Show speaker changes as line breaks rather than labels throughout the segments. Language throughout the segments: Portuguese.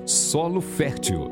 Solo Fértil.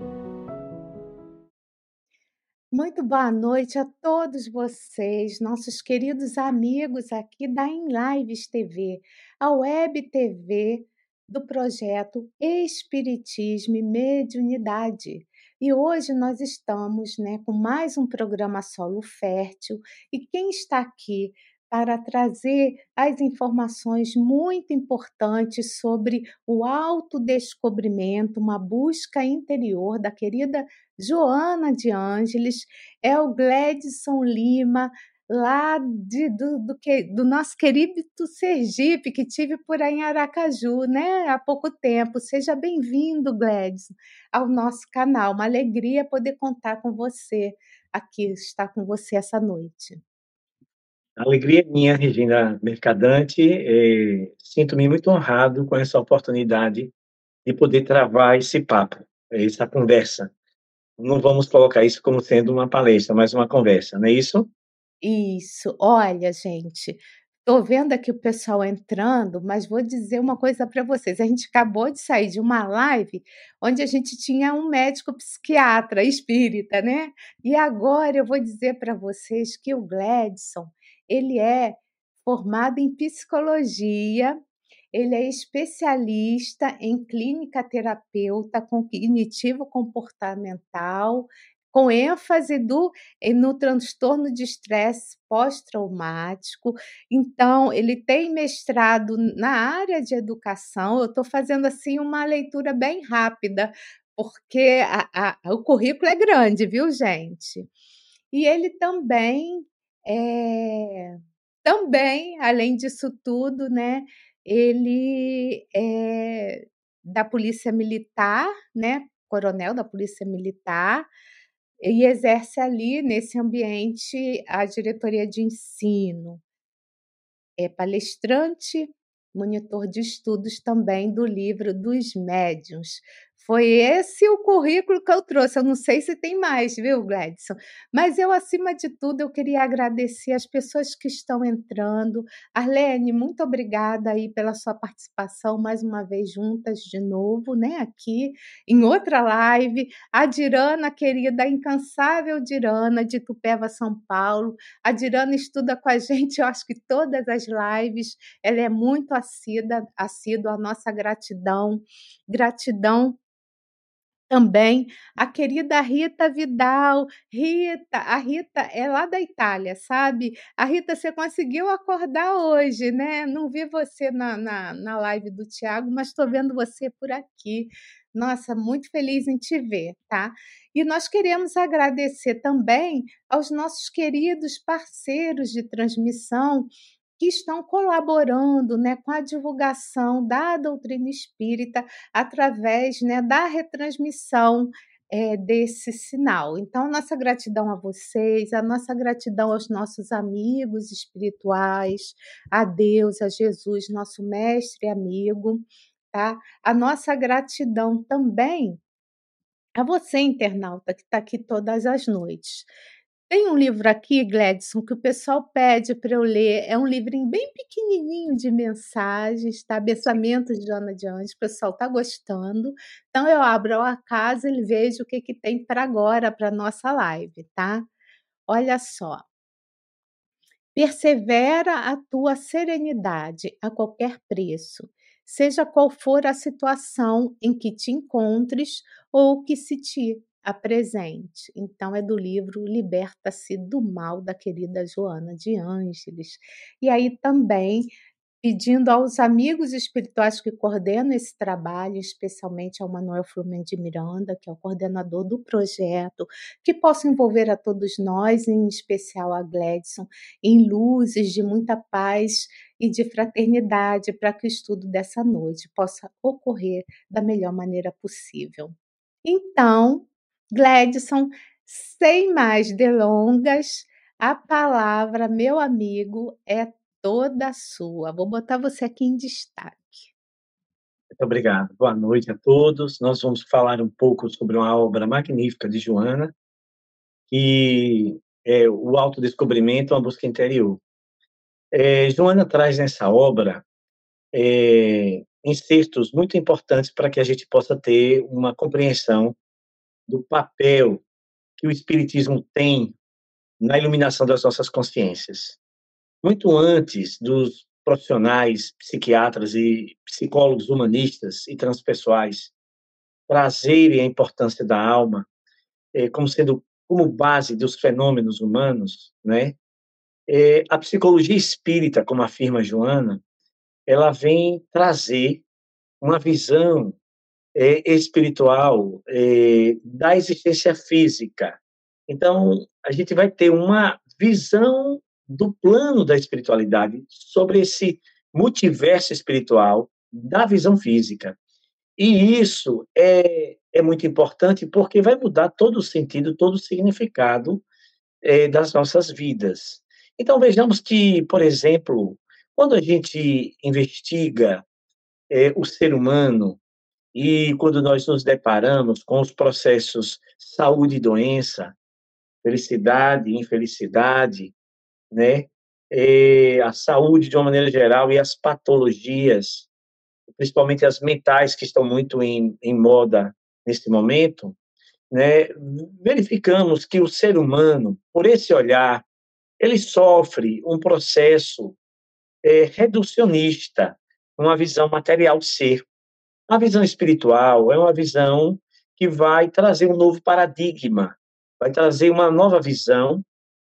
Muito boa noite a todos vocês, nossos queridos amigos aqui da Enlives TV, a web TV do projeto Espiritismo e Mediunidade. E hoje nós estamos, com mais um programa Solo Fértil, e quem está aqui para trazer as informações muito importantes sobre o autodescobrimento, uma busca interior da querida Joana de Ângeles, é o Gledson Lima, lá do nosso querido Sergipe, que tive por aí em Aracaju, né, há pouco tempo. Seja bem-vindo, Gledson, ao nosso canal. Uma alegria poder contar com você aqui, estar com você essa noite.
A alegria é minha, Regina Mercadante. Sinto-me muito honrado com essa oportunidade de poder travar esse papo, essa conversa. Não vamos colocar isso como sendo uma palestra, mas uma conversa, não é isso?
Isso. Olha, gente, tô vendo aqui o pessoal entrando, mas vou dizer uma coisa para vocês. A gente acabou de sair de uma live onde a gente tinha um médico psiquiatra espírita, né? E agora eu vou dizer para vocês que o Gledson, ele é formado em psicologia, ele é especialista em clínica terapeuta cognitivo comportamental, com ênfase no transtorno de estresse pós-traumático. Então, ele tem mestrado na área de educação. Eu estou fazendo assim uma leitura bem rápida, porque o currículo é grande, viu, gente? E ele também, além disso tudo, né, ele é da Polícia Militar, né, coronel da Polícia Militar, e exerce ali, nesse ambiente, a diretoria de ensino. É palestrante, monitor de estudos também do livro dos médiuns. Foi esse o currículo que eu trouxe, eu não sei se tem mais, viu, Gledson? Mas eu, acima de tudo, eu queria agradecer as pessoas que estão entrando. Arlene, muito obrigada aí pela sua participação, mais uma vez juntas de novo, né, aqui em outra live. A Dirana, querida, a incansável Dirana, de Tupéva, São Paulo. A Dirana estuda com a gente, eu acho que todas as lives, ela é muito assídua, a nossa gratidão. Gratidão também a querida Rita Vidal. Rita, a Rita é lá da Itália, sabe. A Rita, você conseguiu acordar hoje, né. Não vi você na live do Tiago, mas estou vendo você por aqui. Nossa, muito feliz em te ver, tá. E nós queremos agradecer também aos nossos queridos parceiros de transmissão, que estão colaborando, né, com a divulgação da doutrina espírita através, né, da retransmissão, desse sinal. Então, nossa gratidão a vocês, a nossa gratidão aos nossos amigos espirituais, a Deus, a Jesus, nosso mestre e amigo, tá. A nossa gratidão também a você, internauta, que está aqui todas as noites. Tem um livro aqui, Gledson, que o pessoal pede para eu ler. É um livrinho bem pequenininho de mensagens, tá? Pensamentos de Joana de Anjos. O pessoal está gostando. Então, eu abro ao acaso e vejo o que, que tem para agora, para a nossa live, tá? Olha só. Persevera a tua serenidade a qualquer preço, seja qual for a situação em que te encontres ou que se te apresente. Então, é do livro Liberta-se do Mal, da querida Joana de Ângeles. E aí também pedindo aos amigos espirituais que coordenam esse trabalho, especialmente ao Manuel Flumen de Miranda, que é o coordenador do projeto, que possa envolver a todos nós, em especial a Gledson, em luzes de muita paz e de fraternidade, para que o estudo dessa noite possa ocorrer da melhor maneira possível. Então, Gledson, sem mais delongas, a palavra, meu amigo, é toda sua. Vou botar você aqui em destaque.
Muito obrigado. Boa noite a todos. Nós vamos falar um pouco sobre uma obra magnífica de Joana, que é o autodescobrimento, uma busca interior. Joana traz nessa obra insertos muito importantes para que a gente possa ter uma compreensão do papel que o espiritismo tem na iluminação das nossas consciências. Muito antes dos profissionais, psiquiatras e psicólogos humanistas e transpessoais trazerem a importância da alma como sendo como base dos fenômenos humanos, né? A psicologia espírita, como afirma Joana, ela vem trazer uma visão espiritual da existência física. Então, a gente vai ter uma visão do plano da espiritualidade sobre esse multiverso espiritual da visão física. E isso é muito importante porque vai mudar todo o sentido, todo o significado das nossas vidas. Então, vejamos que, por exemplo, quando a gente investiga o ser humano e quando nós nos deparamos com os processos saúde e doença, felicidade e infelicidade, né? A saúde de uma maneira geral e as patologias, principalmente as mentais que estão muito em moda neste momento, né? Verificamos que o ser humano, por esse olhar, ele sofre um processo reducionista, uma visão material do ser. A visão espiritual é uma visão que vai trazer um novo paradigma, vai trazer uma nova visão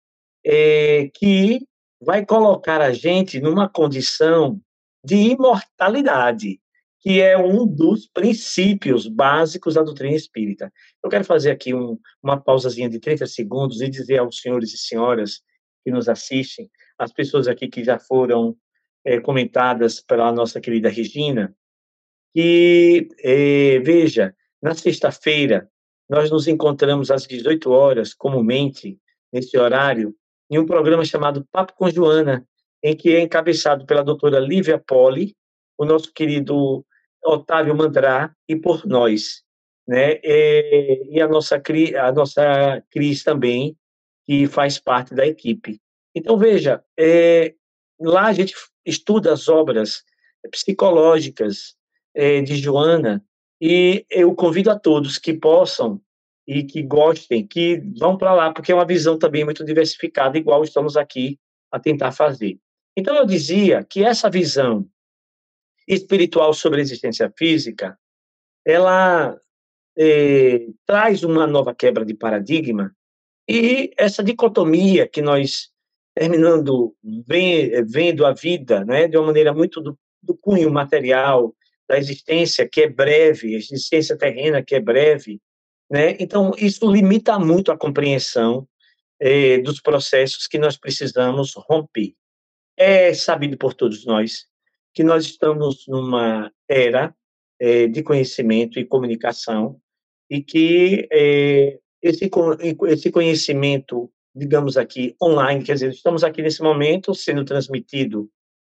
que vai colocar a gente numa condição de imortalidade, que é um dos princípios básicos da doutrina espírita. Eu quero fazer aqui uma pausazinha de 30 segundos e dizer aos senhores e senhoras que nos assistem, as pessoas aqui que já foram comentadas pela nossa querida Regina, que, veja, na sexta-feira, nós nos encontramos às 18 horas, comumente, nesse horário, em um programa chamado Papo com Joana, em que é encabeçado pela doutora Lívia Poli, o nosso querido Otávio Mandrá e por nós, né? E a nossa Cris também, que faz parte da equipe. Então, veja, lá a gente estuda as obras psicológicas de Joana, e eu convido a todos que possam e que gostem, que vão para lá, porque é uma visão também muito diversificada, igual estamos aqui a tentar fazer. Então, eu dizia que essa visão espiritual sobre a existência física, ela traz uma nova quebra de paradigma, e essa dicotomia que nós, terminando vendo a vida, né, de uma maneira muito do cunho material, da existência que é breve, a existência terrena que é breve, né? Então, isso limita muito a compreensão dos processos que nós precisamos romper. É sabido por todos nós que nós estamos numa era de conhecimento e comunicação e que esse conhecimento, digamos aqui, online, quer dizer, estamos aqui nesse momento sendo transmitido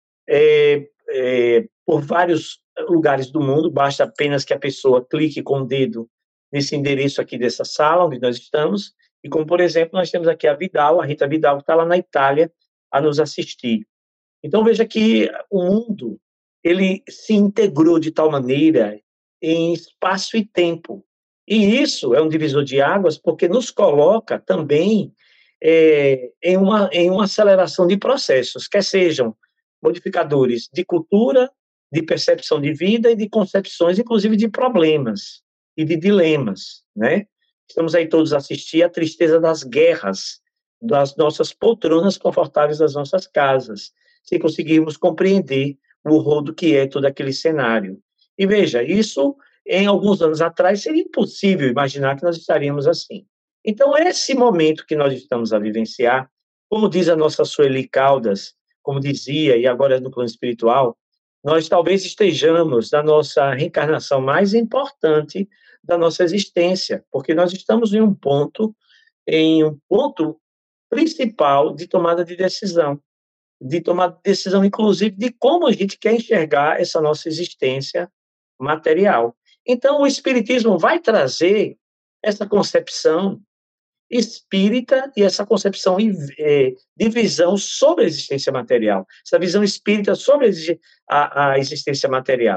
por vários lugares do mundo, basta apenas que a pessoa clique com o dedo nesse endereço aqui dessa sala onde nós estamos, e como, por exemplo, nós temos aqui a Rita Vidal, que está lá na Itália a nos assistir. Então, veja que o mundo ele se integrou de tal maneira em espaço e tempo. E isso é um divisor de águas porque nos coloca também em uma aceleração de processos, quer sejam modificadores de cultura, de percepção de vida e de concepções, inclusive de problemas e de dilemas, né? Estamos aí todos a assistir à tristeza das guerras, das nossas poltronas confortáveis das nossas casas, se conseguirmos compreender o rodo que é todo aquele cenário. E veja, isso em alguns anos atrás seria impossível imaginar que nós estaríamos assim. Então, esse momento que nós estamos a vivenciar, como diz a nossa Sueli Caldas, como dizia, e agora no plano espiritual, nós talvez estejamos na nossa reencarnação mais importante da nossa existência, porque nós estamos em um ponto principal de tomada de tomar decisão, inclusive, de como a gente quer enxergar essa nossa existência material. Então, o Espiritismo vai trazer essa concepção espírita e essa concepção de visão sobre a existência material, essa visão espírita sobre a existência material.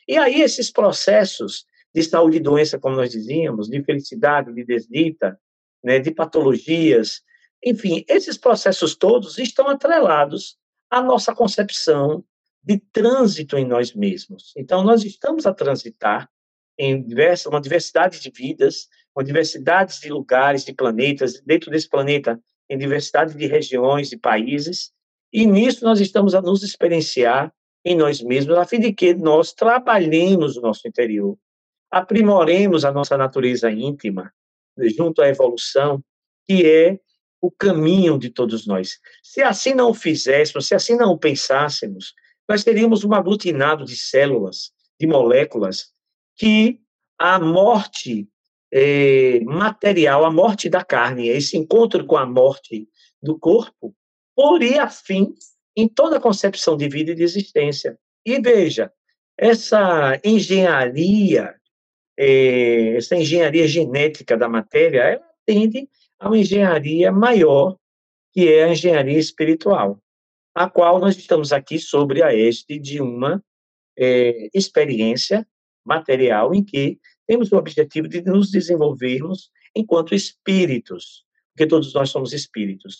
E aí esses processos de saúde e doença, como nós dizíamos, de felicidade, de desdita, né, de patologias, enfim, esses processos todos estão atrelados à nossa concepção de trânsito em nós mesmos. Então, nós estamos a transitar em uma diversidade de vidas, uma diversidade de lugares, de planetas, dentro desse planeta, em diversidade de regiões e países, e nisso nós estamos a nos experienciar em nós mesmos, a fim de que nós trabalhemos o nosso interior, aprimoremos a nossa natureza íntima, junto à evolução, que é o caminho de todos nós. Se assim não o fizéssemos, se assim não o pensássemos, nós teríamos um aglutinado de células, de moléculas, que a morte material, a morte da carne, esse encontro com a morte do corpo, poria fim em toda a concepção de vida e de existência. E veja, essa engenharia essa engenharia genética da matéria, ela tende a uma engenharia maior, que é a engenharia espiritual, a qual nós estamos aqui sobre a égide de uma experiência material em que temos o objetivo de nos desenvolvermos enquanto espíritos, porque todos nós somos espíritos.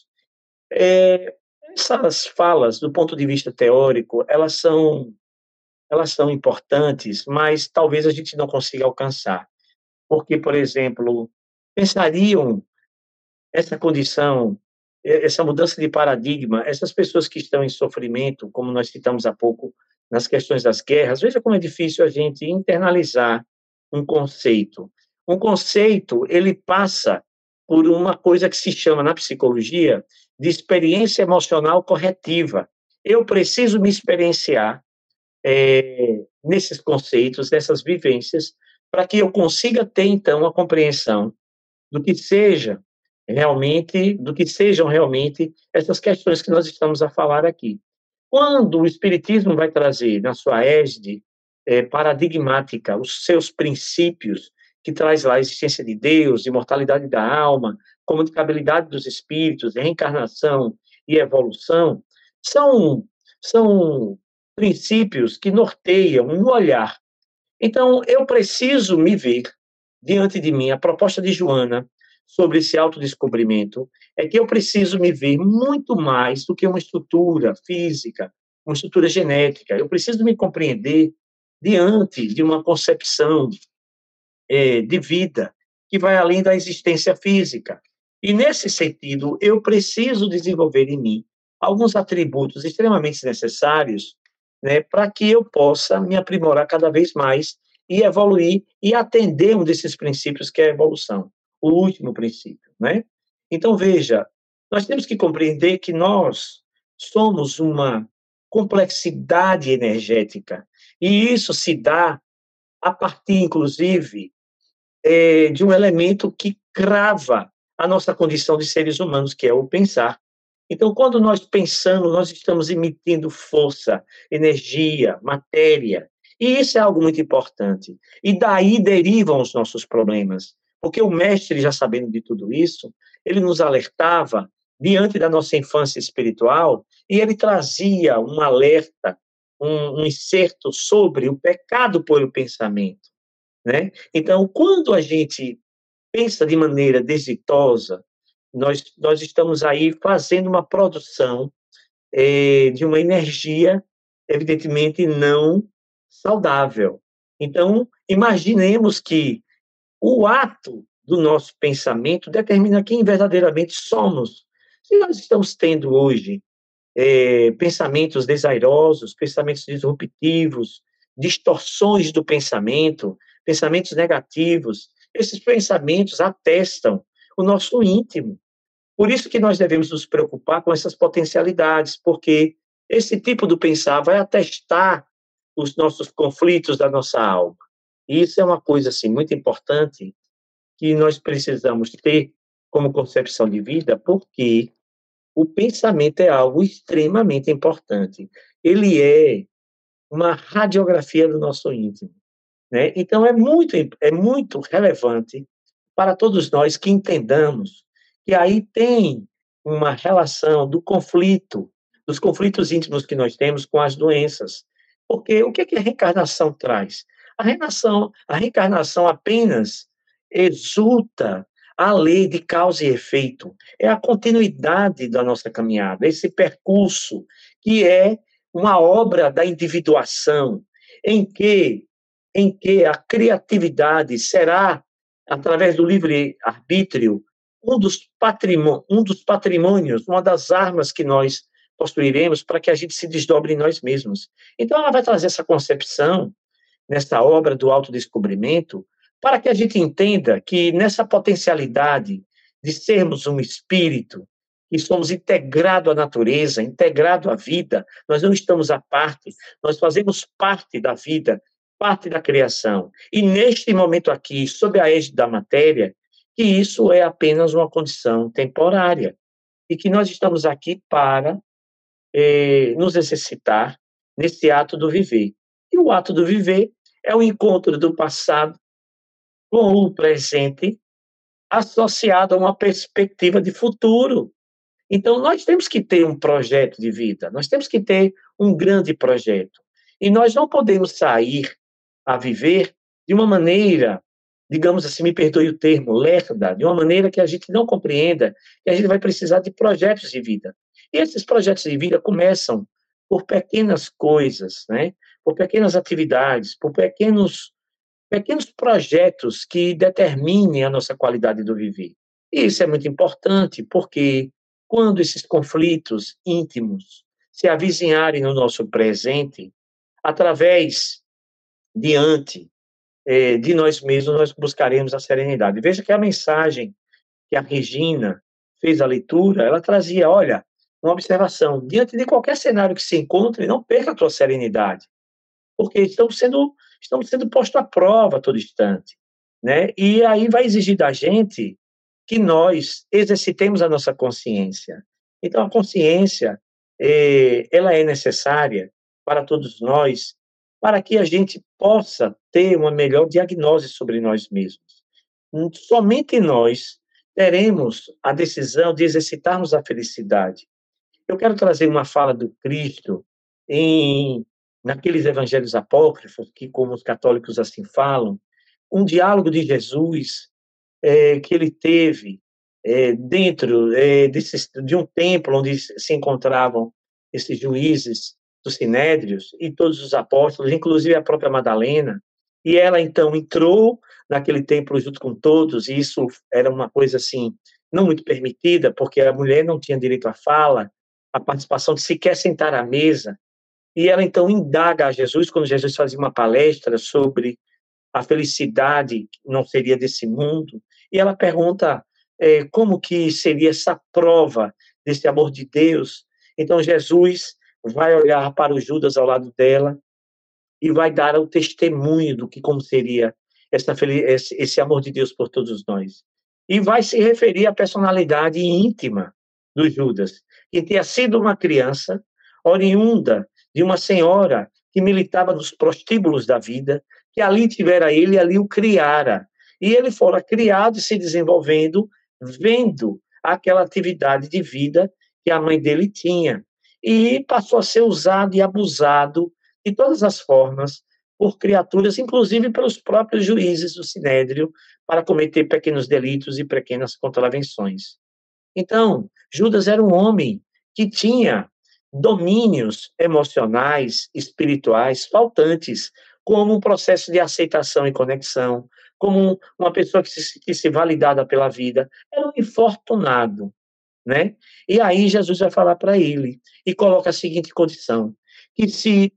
Essas falas, do ponto de vista teórico, elas são importantes, mas talvez a gente não consiga alcançar. Porque, por exemplo, pensariam essa condição, essa mudança de paradigma, essas pessoas que estão em sofrimento, como nós citamos há pouco, nas questões das guerras, veja como é difícil a gente internalizar um conceito. Um conceito, ele passa por uma coisa que se chama, na psicologia, de experiência emocional corretiva. Eu preciso me experienciar nesses conceitos, nessas vivências, para que eu consiga ter, então, a compreensão do que seja do que sejam realmente essas questões que nós estamos a falar aqui. Quando o Espiritismo vai trazer, na sua égide paradigmática, os seus princípios, que traz lá a existência de Deus, imortalidade da alma, comunicabilidade dos espíritos, reencarnação e evolução, são, são princípios que norteiam um olhar. Então, eu preciso me ver diante de mim. A proposta de Joana sobre esse autodescobrimento é que eu preciso me ver muito mais do que uma estrutura física, uma estrutura genética. Eu preciso me compreender diante de uma concepção de vida que vai além da existência física. E, nesse sentido, eu preciso desenvolver em mim alguns atributos extremamente necessários, né, para que eu possa me aprimorar cada vez mais e evoluir e atender um desses princípios que é a evolução, o último princípio, né? Então, veja, nós temos que compreender que nós somos uma complexidade energética, e isso se dá a partir, inclusive, de um elemento que crava a nossa condição de seres humanos, que é o pensar. Então, quando nós pensamos, nós estamos emitindo força, energia, matéria, e isso é algo muito importante. E daí derivam os nossos problemas, porque o mestre, já sabendo de tudo isso, ele nos alertava diante da nossa infância espiritual e ele trazia um alerta, um inserto sobre o pecado pelo pensamento, né? Então, quando a gente pensa de maneira desditosa, nós estamos aí fazendo uma produção de uma energia, evidentemente, não saudável. Então, imaginemos que o ato do nosso pensamento determina quem verdadeiramente somos. Se nós estamos tendo hoje pensamentos desairosos, pensamentos disruptivos, distorções do pensamento, pensamentos negativos, esses pensamentos atestam o nosso íntimo. Por isso que nós devemos nos preocupar com essas potencialidades, porque esse tipo de pensar vai atestar os nossos conflitos da nossa alma. E isso é uma coisa assim muito importante que nós precisamos ter como concepção de vida, porque o pensamento é algo extremamente importante. Ele é uma radiografia do nosso íntimo, né? Então é muito relevante para todos nós que entendamos que aí tem uma relação do conflito, dos conflitos íntimos que nós temos com as doenças. Porque o que é que a reencarnação traz? A reencarnação apenas exulta a lei de causa e efeito. É a continuidade da nossa caminhada, esse percurso que é uma obra da individuação, em que, em que a criatividade será, através do livre-arbítrio, um dos patrimônios, uma das armas que nós possuiremos para que a gente se desdobre em nós mesmos. Então, ela vai trazer essa concepção, nessa obra do autodescobrimento, para que a gente entenda que nessa potencialidade de sermos um espírito, que somos integrado à natureza, integrado à vida, nós não estamos à parte, nós fazemos parte da vida, parte da criação. E neste momento aqui, sob a égide da matéria, que isso é apenas uma condição temporária e que nós estamos aqui para nos exercitar nesse ato do viver. E o ato do viver é o encontro do passado com o presente, associado a uma perspectiva de futuro. Então, nós temos que ter um projeto de vida, nós temos que ter um grande projeto. E nós não podemos sair a viver de uma maneira, digamos assim, me perdoe o termo, lerda, de uma maneira que a gente não compreenda que a gente vai precisar de projetos de vida. E esses projetos de vida começam por pequenas coisas, né? Por pequenas atividades, por pequenos projetos que determinem a nossa qualidade do viver. E isso é muito importante, porque quando esses conflitos íntimos se avizinharem no nosso presente, através, diante de nós mesmos, nós buscaremos a serenidade. Veja que a mensagem que a Regina fez a leitura, ela trazia, olha, uma observação, diante de qualquer cenário que se encontre, não perca a tua serenidade, porque estamos sendo postos à prova a todo instante, né? E aí vai exigir da gente que nós exercitemos a nossa consciência. Então, a consciência, ela é necessária para todos nós, para que a gente possa ter uma melhor diagnose sobre nós mesmos. Somente nós teremos a decisão de exercitarmos a felicidade. Eu quero trazer uma fala do Cristo em naqueles evangelhos apócrifos, que como os católicos assim falam, um diálogo de Jesus que ele teve dentro de um templo onde se encontravam esses juízes dos sinédrios e todos os apóstolos, inclusive a própria Madalena, e ela então entrou naquele templo junto com todos, e isso era uma coisa assim não muito permitida, porque a mulher não tinha direito à fala, à participação de sequer sentar à mesa, e ela então indaga a Jesus, quando Jesus fazia uma palestra sobre a felicidade não seria desse mundo, e ela pergunta como que seria essa prova desse amor de Deus. Então Jesus vai olhar para o Judas ao lado dela e vai dar o testemunho do que como seria esse amor de Deus por todos nós. E vai se referir à personalidade íntima do Judas, que tinha sido uma criança oriunda de uma senhora que militava nos prostíbulos da vida, que ali tivera ele e ali o criara. E ele fora criado e se desenvolvendo, vendo aquela atividade de vida que a mãe dele tinha. E passou a ser usado e abusado de todas as formas por criaturas, inclusive pelos próprios juízes do Sinédrio, para cometer pequenos delitos e pequenas contravenções. Então, Judas era um homem que tinha domínios emocionais, espirituais faltantes, como um processo de aceitação e conexão, como uma pessoa que se validava pela vida. Era um infortunado, né? E aí Jesus vai falar para ele e coloca a seguinte condição, que se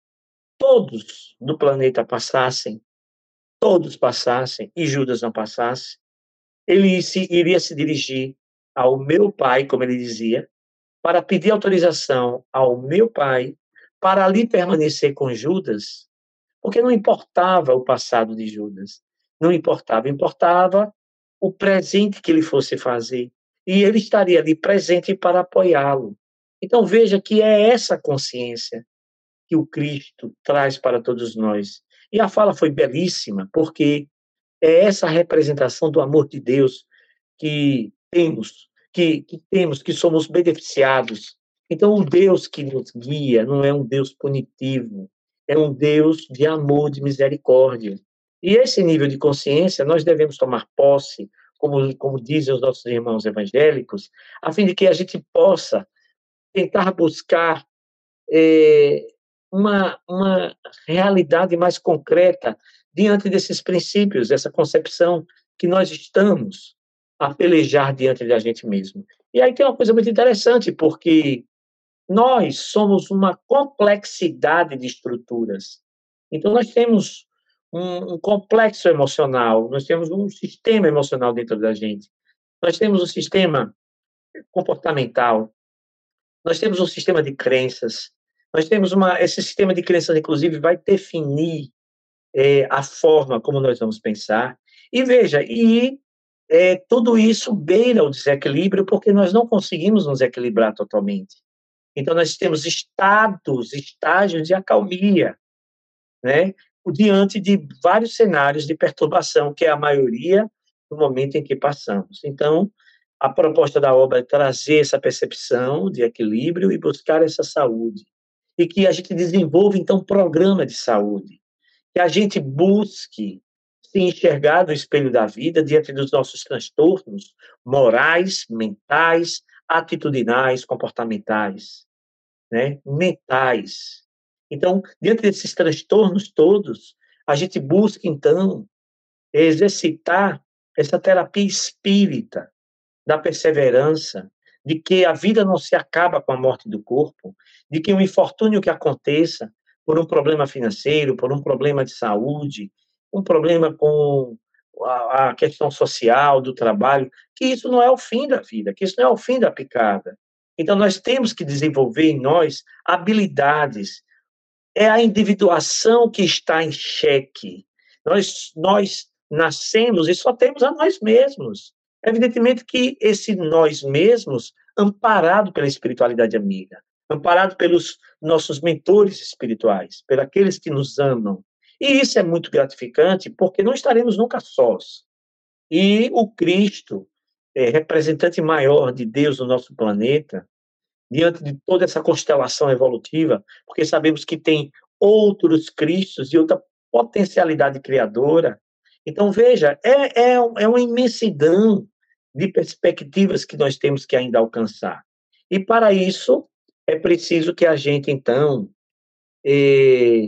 todos do planeta passassem, todos passassem e Judas não passasse, ele iria se dirigir ao meu pai, como ele dizia, para pedir autorização ao meu pai para ali permanecer com Judas, porque não importava o passado de Judas, não importava, importava o presente que ele fosse fazer, e ele estaria ali presente para apoiá-lo. Então veja que é essa consciência que o Cristo traz para todos nós. E a fala foi belíssima, porque é essa representação do amor de Deus que temos, que somos beneficiados. Então, o Deus que nos guia não é um Deus punitivo, é um Deus de amor, de misericórdia. E esse nível de consciência nós devemos tomar posse, como dizem os nossos irmãos evangélicos, a fim de que a gente possa tentar buscar é, uma realidade mais concreta diante desses princípios, essa concepção que nós estamos a pelejar diante da gente mesmo. E aí tem uma coisa muito interessante, porque nós somos uma complexidade de estruturas. Então, nós temos um complexo emocional, nós temos um sistema emocional dentro da gente, nós temos um sistema comportamental, nós temos um sistema de crenças, nós temos esse sistema de crenças, inclusive, vai definir a forma como nós vamos pensar. E veja, tudo isso beira o desequilíbrio porque nós não conseguimos nos equilibrar totalmente. Então, nós temos estágios de acalmia, né? Diante de vários cenários de perturbação, que é a maioria do momento em que passamos. Então, a proposta da obra é trazer essa percepção de equilíbrio e buscar essa saúde. E que a gente desenvolva, então, um programa de saúde. Que a gente busque se enxergar no espelho da vida diante dos nossos transtornos morais, mentais, atitudinais, comportamentais, né, mentais. Então, diante desses transtornos todos, a gente busca, então, exercitar essa terapia espírita da perseverança, de que a vida não se acaba com a morte do corpo, de que um infortúnio que aconteça por um problema financeiro, por um problema de saúde, um problema com a questão social, do trabalho, que isso não é o fim da vida, que isso não é o fim da picada. Então, nós temos que desenvolver em nós habilidades. É a individuação que está em xeque. Nós nascemos e só temos a nós mesmos. Evidentemente que esse nós mesmos, amparado pela espiritualidade amiga, amparado pelos nossos mentores espirituais, pelos aqueles que nos amam. E isso é muito gratificante, porque não estaremos nunca sós. E o Cristo, representante maior de Deus no nosso planeta, diante de toda essa constelação evolutiva, porque sabemos que tem outros Cristos e outra potencialidade criadora. Então, veja, é uma imensidão de perspectivas que nós temos que ainda alcançar. E, para isso, é preciso que a gente, então, eh,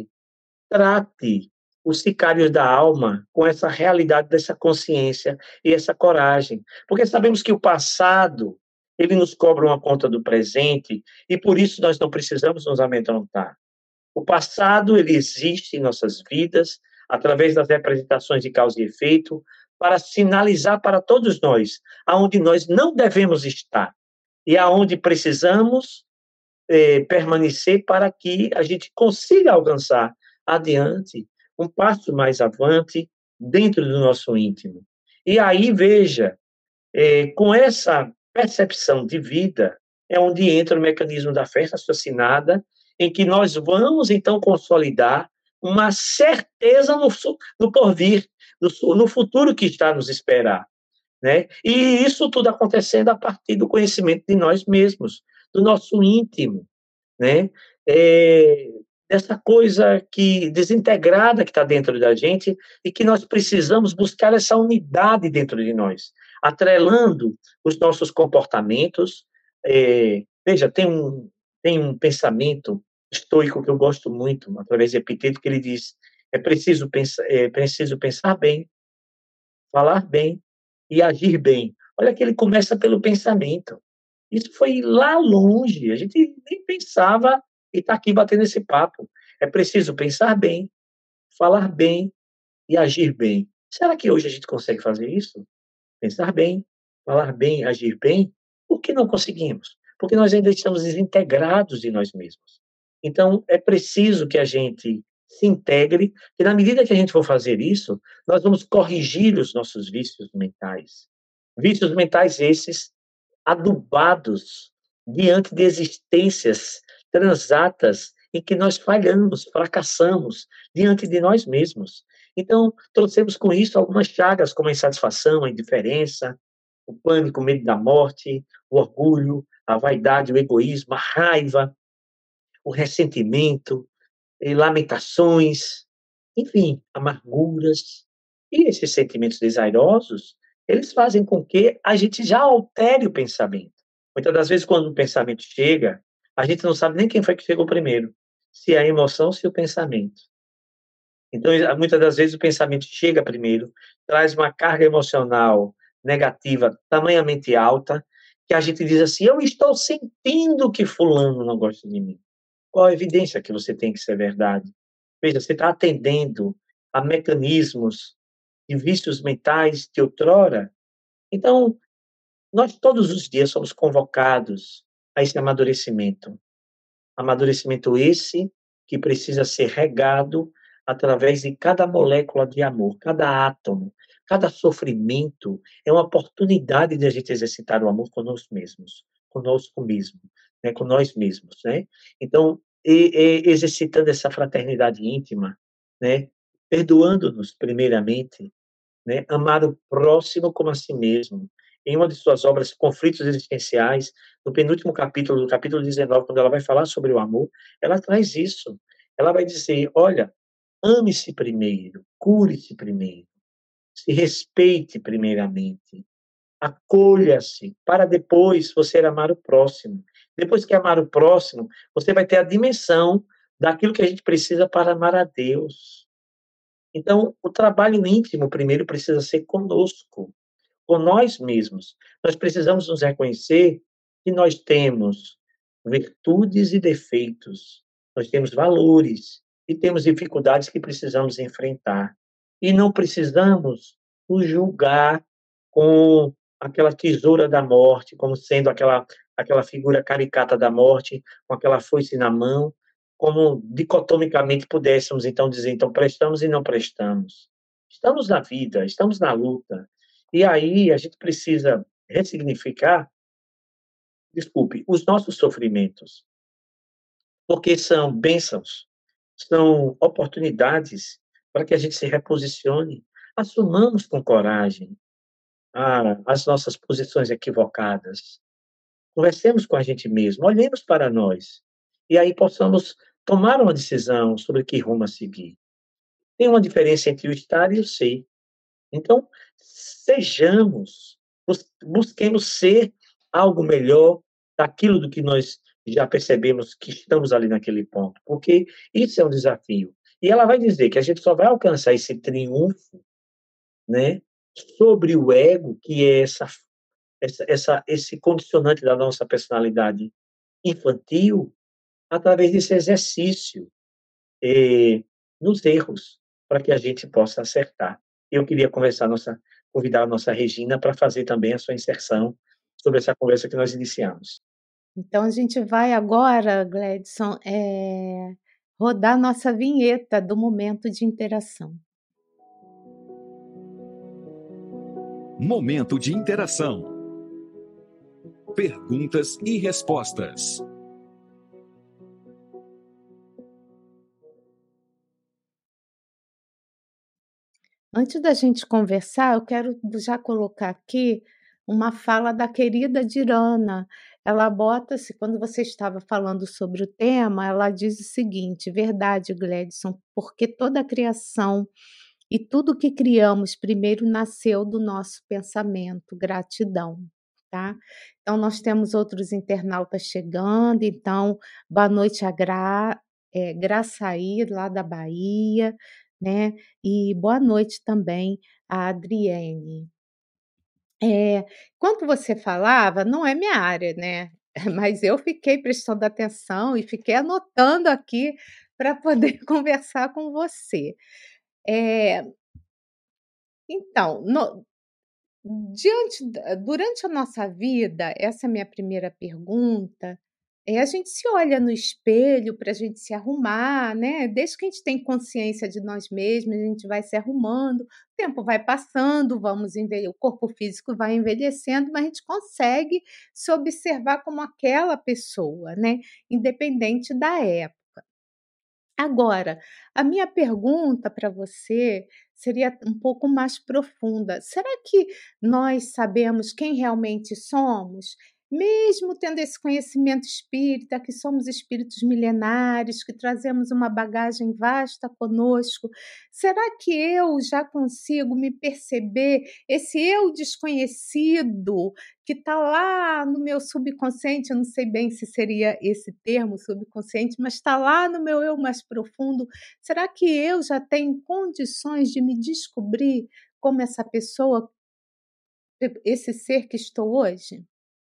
trate os sicários da alma com essa realidade dessa consciência e essa coragem, porque sabemos que o passado ele nos cobra uma conta do presente e por isso nós não precisamos nos amedrontar. O passado ele existe em nossas vidas através das representações de causa e efeito para sinalizar para todos nós aonde nós não devemos estar e aonde precisamos permanecer para que a gente consiga alcançar adiante, um passo mais avante dentro do nosso íntimo. E aí, veja, com essa percepção de vida, é onde entra o mecanismo da fé raciocinada, em que nós vamos, então, consolidar uma certeza no porvir, no futuro que está nos esperar. Né? E isso tudo acontecendo a partir do conhecimento de nós mesmos, do nosso íntimo, né? É, dessa coisa que desintegrada que está dentro da gente e que nós precisamos buscar essa unidade dentro de nós, atrelando os nossos comportamentos. Veja, tem um pensamento estoico que eu gosto muito, através de Epiteto, que ele diz: é preciso pensar bem, falar bem e agir bem. Olha que ele começa pelo pensamento. Isso foi lá longe, a gente nem pensava e está aqui batendo esse papo. É preciso pensar bem, falar bem e agir bem. Será que hoje a gente consegue fazer isso? Pensar bem, falar bem, agir bem? Por que não conseguimos? Porque nós ainda estamos desintegrados de nós mesmos. Então, é preciso que a gente se integre, e na medida que a gente for fazer isso, nós vamos corrigir os nossos vícios mentais. Vícios mentais esses adubados diante de existências transatas em que nós falhamos, fracassamos diante de nós mesmos. Então, trouxemos com isso algumas chagas, como a insatisfação, a indiferença, o pânico, o medo da morte, o orgulho, a vaidade, o egoísmo, a raiva, o ressentimento, lamentações, enfim, amarguras. E esses sentimentos desairosos, eles fazem com que a gente já altere o pensamento. Muitas das vezes, quando o pensamento chega, a gente não sabe nem quem foi que chegou primeiro, se é a emoção ou se é o pensamento. Então, muitas das vezes, o pensamento chega primeiro, traz uma carga emocional negativa tamanhamente alta, que a gente diz assim: eu estou sentindo que Fulano não gosta de mim. Qual a evidência que você tem que isso é verdade? Veja, você está atendendo a mecanismos de vícios mentais de outrora. Então, nós todos os dias somos convocados a esse amadurecimento. Amadurecimento esse que precisa ser regado através de cada molécula de amor, cada átomo, cada sofrimento é uma oportunidade de a gente exercitar o amor conosco mesmo, né, com nós mesmos, né? Então, exercitando essa fraternidade íntima, né, perdoando-nos primeiramente, né, amar o próximo como a si mesmo. Em uma de suas obras, Conflitos Existenciais, no penúltimo capítulo, no capítulo 19, quando ela vai falar sobre o amor, ela traz isso. Ela vai dizer: olha, ame-se primeiro, cure-se primeiro, se respeite primeiramente, acolha-se, para depois você amar o próximo. Depois que amar o próximo, você vai ter a dimensão daquilo que a gente precisa para amar a Deus. Então, o trabalho íntimo primeiro precisa ser conosco, com nós mesmos. Nós precisamos nos reconhecer que nós temos virtudes e defeitos, nós temos valores e temos dificuldades que precisamos enfrentar. E não precisamos nos julgar com aquela tesoura da morte, como sendo aquela figura caricata da morte, com aquela foice na mão, como dicotomicamente pudéssemos então dizer, então prestamos e não prestamos. Estamos na vida, estamos na luta, e aí a gente precisa ressignificar, desculpe, os nossos sofrimentos, porque são bênçãos, são oportunidades para que a gente se reposicione, assumamos com coragem as nossas posições equivocadas, conversemos com a gente mesmo, olhemos para nós, e aí possamos tomar uma decisão sobre que rumo a seguir. Tem uma diferença entre o estar e o ser. Então, sejamos, busquemos ser algo melhor daquilo do que nós já percebemos que estamos ali naquele ponto, porque isso é um desafio. E ela vai dizer que a gente só vai alcançar esse triunfo, né, sobre o ego, que é esse condicionante da nossa personalidade infantil, através desse exercício nos erros, para que a gente possa acertar. Eu queria convidar a nossa Regina para fazer também a sua inserção sobre essa conversa que nós iniciamos.
Então a gente vai agora, Gledson, rodar nossa vinheta do momento de interação.
Momento de interação. Perguntas e respostas.
Antes da gente conversar, eu quero já colocar aqui uma fala da querida Dirana. Ela bota-se quando você estava falando sobre o tema, ela diz o seguinte: "Verdade, Gledson, porque toda a criação e tudo que criamos primeiro nasceu do nosso pensamento. Gratidão", tá. Então nós temos outros internautas chegando, então, boa noite a Graçaí, lá da Bahia, né, e boa noite também a Adriene. Enquanto você falava, não é minha área, né, mas eu fiquei prestando atenção e fiquei anotando aqui para poder conversar com você. Eh, então, durante a nossa vida, essa é a minha primeira pergunta, a gente se olha no espelho para a gente se arrumar, né, desde que a gente tem consciência de nós mesmos, a gente vai se arrumando, o tempo vai passando, o corpo físico vai envelhecendo, mas a gente consegue se observar como aquela pessoa, né, independente da época. Agora, a minha pergunta para você seria um pouco mais profunda. Será que nós sabemos quem realmente somos? mesmo tendo esse conhecimento espírita, que somos espíritos milenares, que trazemos uma bagagem vasta conosco, será que eu já consigo me perceber, esse eu desconhecido, que está lá no meu subconsciente? Eu não sei bem se seria esse termo, subconsciente, mas está lá no meu eu mais profundo. Será que eu já tenho condições de me descobrir como essa pessoa, esse ser que estou hoje?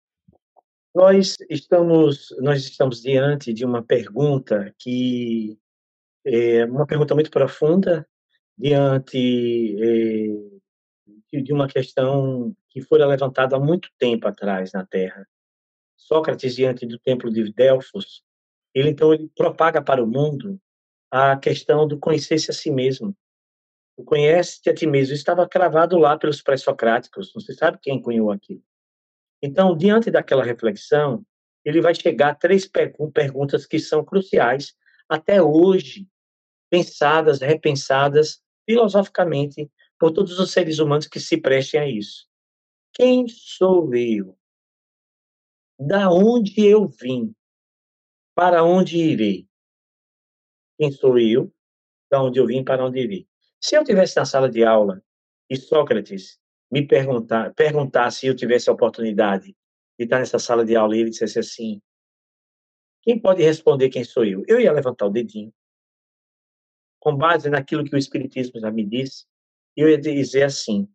Nós estamos diante de uma pergunta que é uma pergunta muito profunda, diante de uma questão que foi levantada há muito tempo atrás na Terra. Sócrates, diante do templo de Delfos, ele propaga para o mundo a questão do conhecer-se a si mesmo. O conhece-te a ti mesmo estava cravado lá pelos pré-socráticos, não se sabe quem cunhou aquilo. Então, diante daquela reflexão, ele vai chegar a três perguntas que são cruciais até hoje, pensadas, repensadas filosoficamente por todos os seres humanos que se prestem a isso. Quem sou eu? Da onde eu vim? Para onde irei? Quem sou eu? Da onde eu vim? Para onde irei? Se eu estivesse na sala de aula e Sócrates me perguntasse se eu tivesse a oportunidade de estar nessa sala de aula e ele dissesse assim: quem pode responder quem sou eu? Eu ia levantar o dedinho, com base naquilo que o Espiritismo já me disse, e eu ia dizer assim: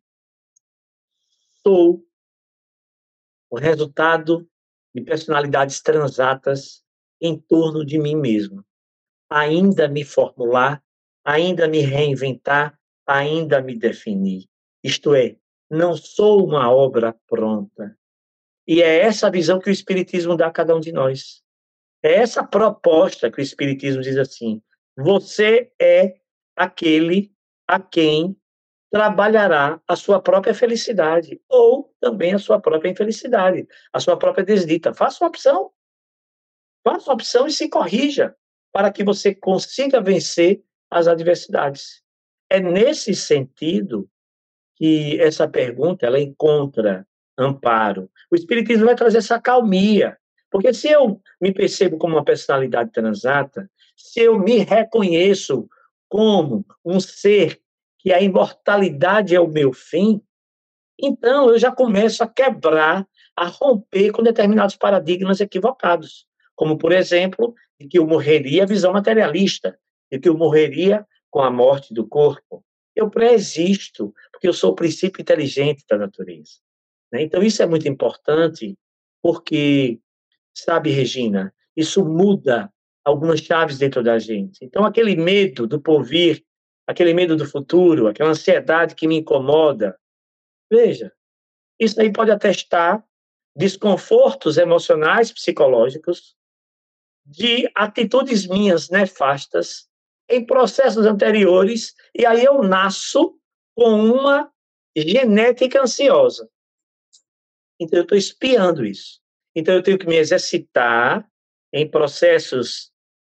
sou o resultado de personalidades transatas em torno de mim mesmo. Ainda me formular, ainda me reinventar, ainda me definir. Isto é, não sou uma obra pronta. E é essa visão que o Espiritismo dá a cada um de nós. É essa proposta que o Espiritismo diz assim: você é aquele a quem trabalhará a sua própria felicidade, ou também a sua própria infelicidade, a sua própria desdita. Faça uma opção e se corrija para que você consiga vencer as adversidades. É nesse sentido que essa pergunta ela encontra amparo. O Espiritismo vai trazer essa calmia, porque se eu me percebo como uma personalidade transata, se eu me reconheço como um ser que a imortalidade é o meu fim, então eu já começo a quebrar, a romper com determinados paradigmas equivocados, como, por exemplo, de que eu morreria a visão materialista, de que eu morreria com a morte do corpo. Eu pré-existo, porque eu sou o princípio inteligente da natureza. Né? Então, isso é muito importante, porque, sabe, Regina, isso muda algumas chaves dentro da gente. Então, aquele medo do porvir, aquele medo do futuro, aquela ansiedade que me incomoda, veja, isso aí pode atestar desconfortos emocionais, psicológicos, de atitudes minhas nefastas em processos anteriores, e aí eu nasço com uma genética ansiosa. Então, eu estou espiando isso. Então, eu tenho que me exercitar em processos,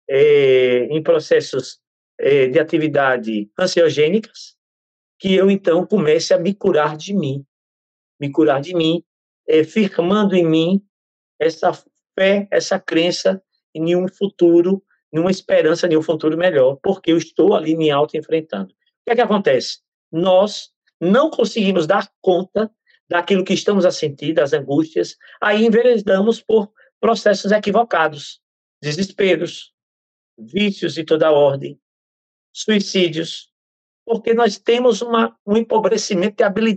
de atividade ansiogênicas, que eu, então, comece a me curar de mim, firmando em mim essa fé, essa crença em nenhum futuro, nenhuma esperança de um futuro melhor, porque eu estou ali me auto-enfrentando. O que é que acontece? Nós não conseguimos dar conta daquilo que estamos a sentir, das angústias, aí enveredamos por processos equivocados, desesperos, vícios de toda ordem, suicídios, porque nós temos um empobrecimento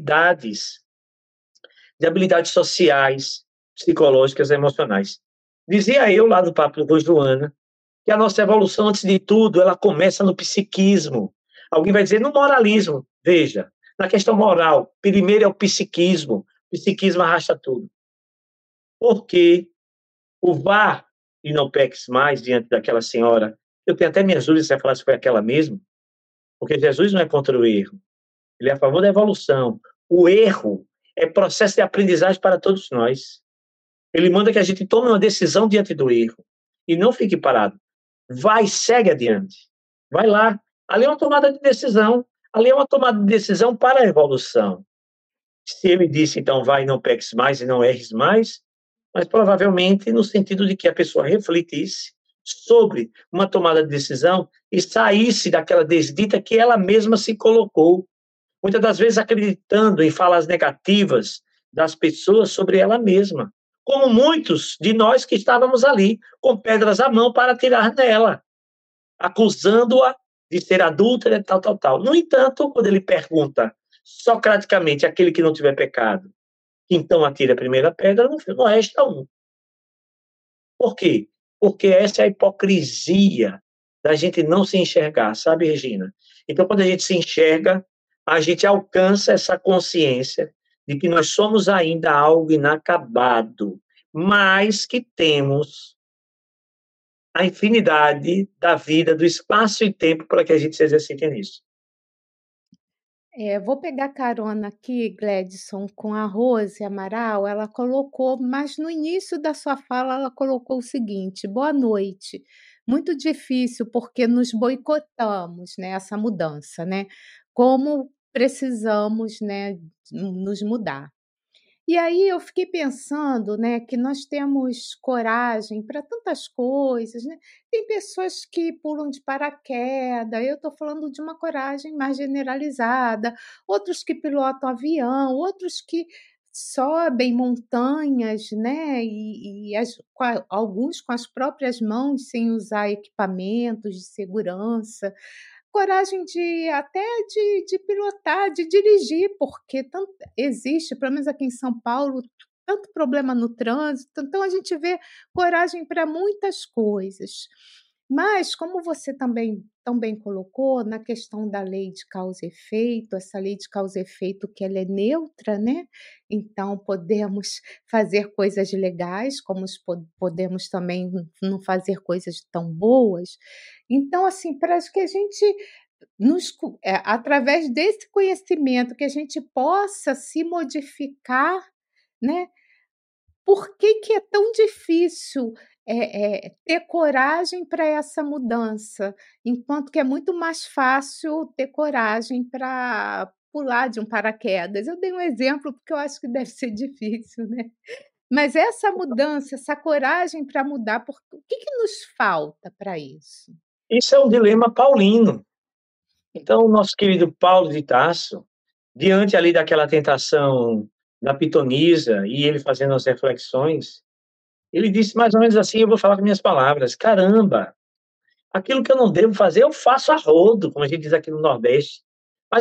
de habilidades sociais, psicológicas, emocionais. Dizia eu lá do Papo com Joana, que a nossa evolução, antes de tudo, ela começa no psiquismo. Alguém vai dizer no moralismo. Veja, na questão moral, primeiro é o psiquismo. O psiquismo arrasta tudo. Porque o vá e não peques mais diante daquela senhora, eu tenho até minhas dúvidas se vai falar se foi aquela mesmo, porque Jesus não é contra o erro, ele é a favor da evolução. O erro é processo de aprendizagem para todos nós. Ele manda que a gente tome uma decisão diante do erro e não fique parado. Vai, segue adiante. Vai lá. Ali é uma tomada de decisão. Ali é uma tomada de decisão para a evolução. Se ele disse, então, vai, não peques mais e não erres mais, mas provavelmente no sentido de que a pessoa refletisse sobre uma tomada de decisão e saísse daquela desdita que ela mesma se colocou, muitas das vezes acreditando em falas negativas das pessoas sobre ela mesma, como muitos de nós que estávamos ali com pedras à mão para atirar nela, acusando-a de ser adúltera, tal, tal, tal. No entanto, quando ele pergunta socraticamente aquele que não tiver pecado, então atire a primeira pedra, não resta um. Por quê? Porque essa é a hipocrisia da gente não se enxergar, sabe, Regina? Então, quando a gente se enxerga, a gente alcança essa consciência de que nós somos ainda algo inacabado, mas que temos a infinidade da vida, do espaço e tempo para que a gente se exercite nisso.
Vou pegar carona aqui, Gledson, com a Rose Amaral. Ela colocou, mas no início da sua fala, ela colocou o seguinte: boa noite. Muito difícil, porque nos boicotamos, né, essa mudança, né? Como precisamos, né, nos mudar. E aí eu fiquei pensando, né, que nós temos coragem para tantas coisas, né. Tem pessoas que pulam de paraquedas, eu estou falando de uma coragem mais generalizada, outros que pilotam avião, outros que sobem montanhas, né, alguns com as próprias mãos, sem usar equipamentos de segurança. Coragem de até de pilotar, de dirigir, porque existe, pelo menos aqui em São Paulo, tanto problema no trânsito, então a gente vê coragem para muitas coisas. Mas, como você também colocou, na questão da lei de causa e efeito, essa lei de causa e efeito que ela é neutra, né, então podemos fazer coisas legais, como podemos também não fazer coisas tão boas. Então, assim, para que a gente através desse conhecimento, que a gente possa se modificar, né. Por que que é tão difícil, ter coragem para essa mudança, enquanto que é muito mais fácil ter coragem para pular de um paraquedas? Eu dei um exemplo, porque eu acho que deve ser difícil, né. Mas essa mudança, essa coragem para mudar, o que que nos falta para isso?
Isso é um dilema paulino. Então, o nosso querido Paulo de Tarso, diante ali daquela tentação da pitonisa e ele fazendo as reflexões, ele disse mais ou menos assim, eu vou falar com minhas palavras: "Caramba, aquilo que eu não devo fazer, eu faço a rodo", como a gente diz aqui no Nordeste. Mas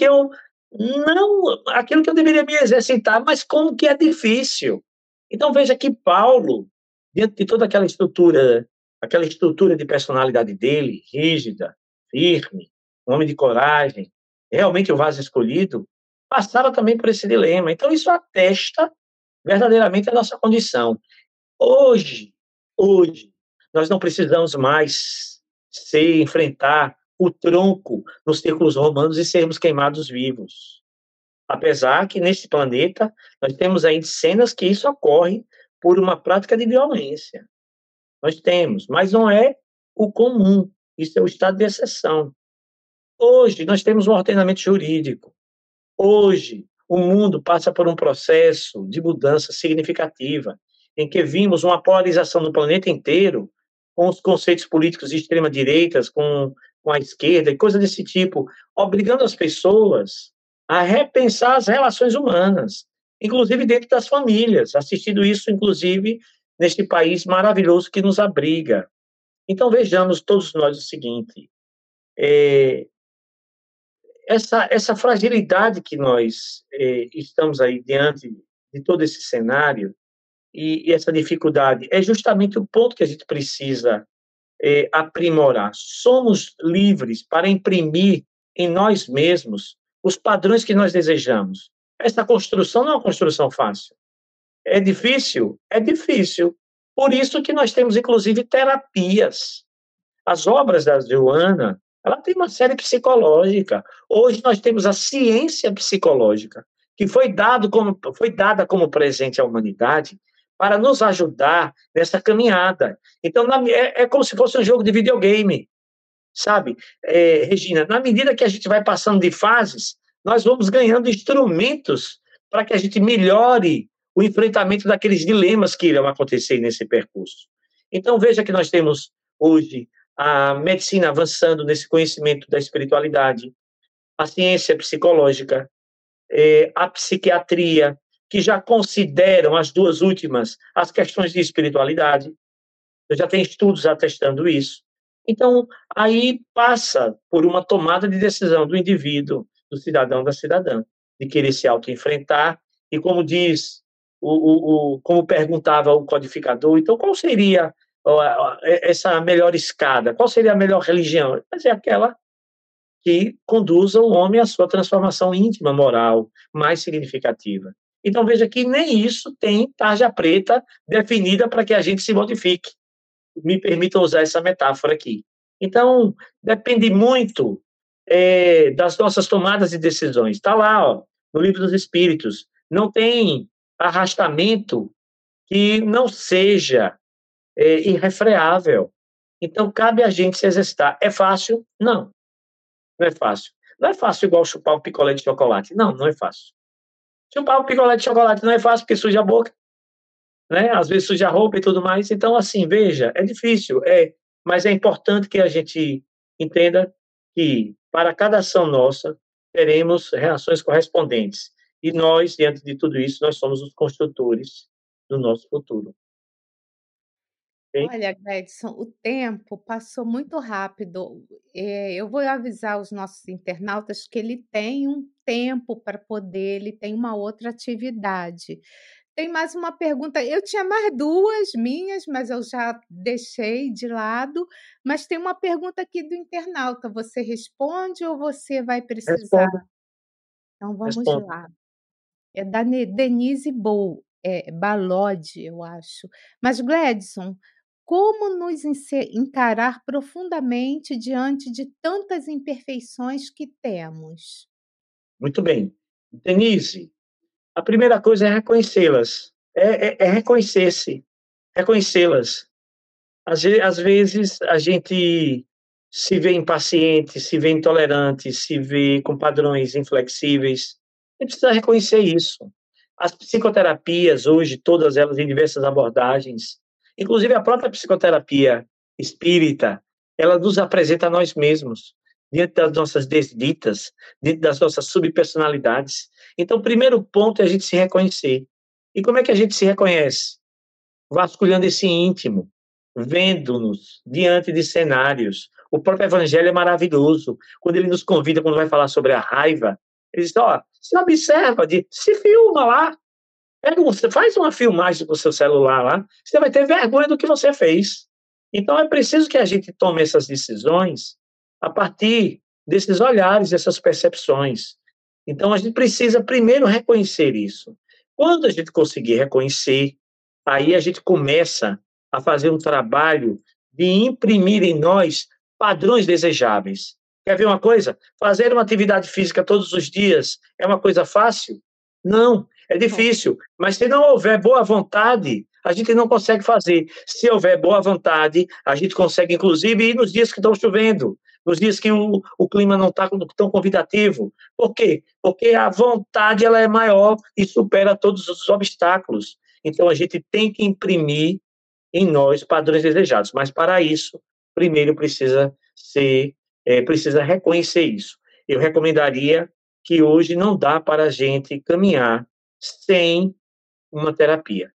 aquilo que eu deveria me exercitar, mas como que é difícil. Então veja que Paulo, diante de toda aquela estrutura de personalidade dele, rígida, firme, um homem de coragem, realmente o vaso escolhido, passava também por esse dilema. Então isso atesta verdadeiramente a nossa condição. Hoje, hoje, nós não precisamos mais enfrentar o tronco nos círculos romanos e sermos queimados vivos. Apesar que nesse planeta nós temos aí cenas que isso ocorre por uma prática de violência. Nós temos, mas não é o comum. Isso é o estado de exceção. Hoje nós temos um ordenamento jurídico. Hoje, o mundo passa por um processo de mudança significativa, em que vimos uma polarização no planeta inteiro, com os conceitos políticos de extrema-direita, com a esquerda e coisa desse tipo, obrigando as pessoas a repensar as relações humanas, inclusive dentro das famílias, assistindo isso, inclusive, neste país maravilhoso que nos abriga. Então, vejamos todos nós o seguinte: é, essa fragilidade que nós estamos aí diante de todo esse cenário e essa dificuldade é justamente o ponto que a gente precisa aprimorar. Somos livres para imprimir em nós mesmos os padrões que nós desejamos. Essa construção não é uma construção fácil. É difícil? É difícil. Por isso que nós temos, inclusive, terapias. As obras da Joana, ela tem uma série psicológica. Hoje nós temos a ciência psicológica, que foi dada como presente à humanidade para nos ajudar nessa caminhada. Então, é como se fosse um jogo de videogame, sabe? Regina, na medida que a gente vai passando de fases, nós vamos ganhando instrumentos para que a gente melhore o enfrentamento daqueles dilemas que irão acontecer nesse percurso. Então, veja que nós temos hoje a medicina avançando nesse conhecimento da espiritualidade, a ciência psicológica, a psiquiatria, que já consideram as duas últimas as questões de espiritualidade. Eu já tenho estudos atestando isso. Então, aí passa por uma tomada de decisão do indivíduo, do cidadão, da cidadã, de querer se auto-enfrentar. E como diz, como perguntava o codificador, então qual seria essa melhor escada? Qual seria a melhor religião? Mas é aquela que conduza o homem à sua transformação íntima, moral, mais significativa. Então, veja que nem isso tem tarja preta definida para que a gente se modifique. Me permitam usar essa metáfora aqui. Então, depende muito das nossas tomadas de decisões. Está lá, ó, no Livro dos Espíritos. Não tem arrastamento que não seja irrefreável. Então, cabe a gente se exercitar. É fácil? Não, não é fácil. Não é fácil igual chupar um picolé de chocolate. Não, não é fácil. Chupar um picolé de chocolate não é fácil porque suja a boca, né? Às vezes suja a roupa e tudo mais. Então, assim, veja, é difícil, mas é importante que a gente entenda que para cada ação nossa teremos reações correspondentes. E nós, diante de tudo isso, nós somos os construtores do nosso futuro. Ok?
Olha, Gledson, o tempo passou muito rápido. Eu vou avisar os nossos internautas que ele tem um tempo para poder, ele tem uma outra atividade. Tem mais uma pergunta. Eu tinha mais duas minhas, mas eu já deixei de lado. Mas tem uma pergunta aqui do internauta. Você responde ou você vai precisar?
Respondo,
Então vamos
respondo.
lá. É da Denise Balodi, eu acho. Mas, Gledson, como nos encarar profundamente diante de tantas imperfeições que temos?
Muito bem. Denise, a primeira coisa é reconhecê-las. É reconhecer-se, reconhecê-las. Às vezes a gente se vê impaciente, se vê intolerante, se vê com padrões inflexíveis. A gente precisa reconhecer isso. As psicoterapias hoje, todas elas em diversas abordagens, inclusive a própria psicoterapia espírita, ela nos apresenta a nós mesmos, diante das nossas desditas, diante das nossas subpersonalidades. Então, o primeiro ponto é a gente se reconhecer. E como é que a gente se reconhece? Vasculhando esse íntimo, vendo-nos diante de cenários. O próprio Evangelho é maravilhoso. Quando ele nos convida, quando vai falar sobre a raiva, ele diz: ó, se observa, se filma lá, faz uma filmagem com o seu celular lá, você vai ter vergonha do que você fez. Então é preciso que a gente tome essas decisões a partir desses olhares, dessas percepções. Então a gente precisa primeiro reconhecer isso. Quando a gente conseguir reconhecer, aí a gente começa a fazer um trabalho de imprimir em nós padrões desejáveis. Quer ver uma coisa? Fazer uma atividade física todos os dias é uma coisa fácil? Não, é difícil. Mas se não houver boa vontade, a gente não consegue fazer. Se houver boa vontade, a gente consegue, inclusive, ir nos dias que estão chovendo, nos dias que o clima não está tão convidativo. Por quê? Porque a vontade ela é maior e supera todos os obstáculos. Então, a gente tem que imprimir em nós padrões desejados. Mas, para isso, primeiro precisa reconhecer isso. Eu recomendaria que hoje não dá para a gente caminhar sem uma terapia.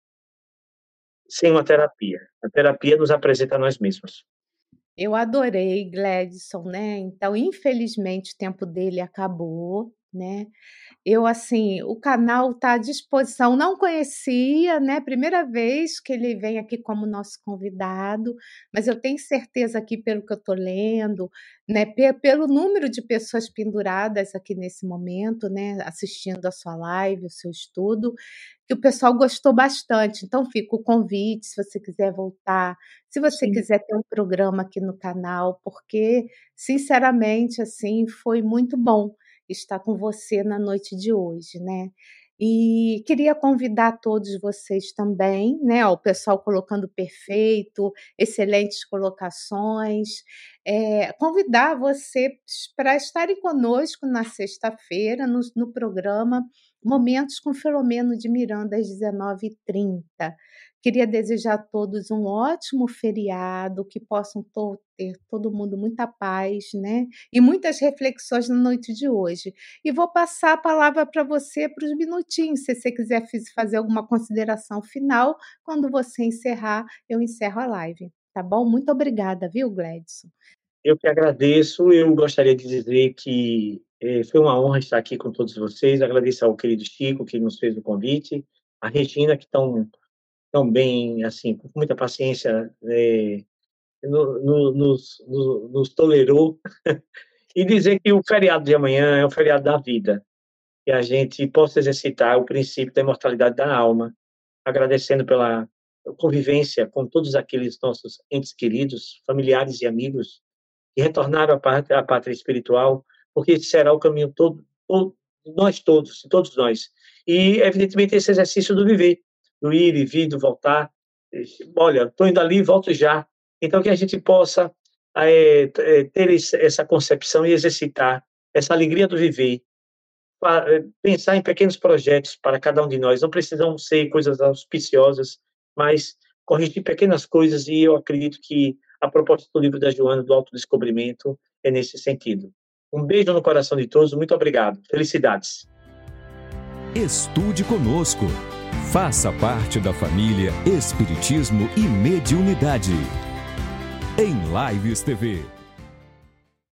Sem uma terapia. A terapia nos apresenta a nós mesmos.
Eu adorei, Gledson, né? Então, infelizmente, o tempo dele acabou, né? Eu, assim, o canal está à disposição, não conhecia, né, primeira vez que ele vem aqui como nosso convidado, mas eu tenho certeza aqui pelo que eu estou lendo, né, pelo número de pessoas penduradas aqui nesse momento, né, assistindo a sua live, o seu estudo, que o pessoal gostou bastante. Então fica o convite, se você quiser voltar, se você
Sim.
quiser ter um programa aqui no canal, porque, sinceramente, assim, foi muito bom estar com você na noite de hoje, né. E queria convidar todos vocês também, né, ó, o pessoal colocando perfeito, excelentes colocações. convidar você para estarem conosco na sexta-feira no programa Momentos com Filomeno de Miranda, às 19h30. Queria desejar a todos um ótimo feriado, que possam ter todo mundo muita paz, né? E muitas reflexões na noite de hoje. E vou passar a palavra para você para os minutinhos, se você quiser fazer alguma consideração final. Quando você encerrar, eu encerro a live, tá bom? Muito obrigada, viu, Gledson?
Eu que agradeço. Eu gostaria de dizer que foi uma honra estar aqui com todos vocês. Agradeço ao querido Chico, que nos fez o convite, a Regina, que tão bem, assim, com muita paciência, nos tolerou. E dizer que o feriado de amanhã é o feriado da vida, que a gente possa exercitar o princípio da imortalidade da alma, agradecendo pela convivência com todos aqueles nossos entes queridos, familiares e amigos que retornaram à pátria espiritual, porque esse será o caminho nós todos nós. E, evidentemente, esse exercício do viver, do ir e vir, do voltar. Olha, estou indo ali, volto já. Então, que a gente possa ter essa concepção e exercitar essa alegria do viver, pensar em pequenos projetos para cada um de nós. Não precisam ser coisas auspiciosas, mas corrigir pequenas coisas, e eu acredito que a proposta do livro da Joana, do autodescobrimento, é nesse sentido. Um beijo no coração de todos, muito obrigado. Felicidades.
Estude conosco. Faça parte da família Espiritismo e Mediunidade. Em Lives TV.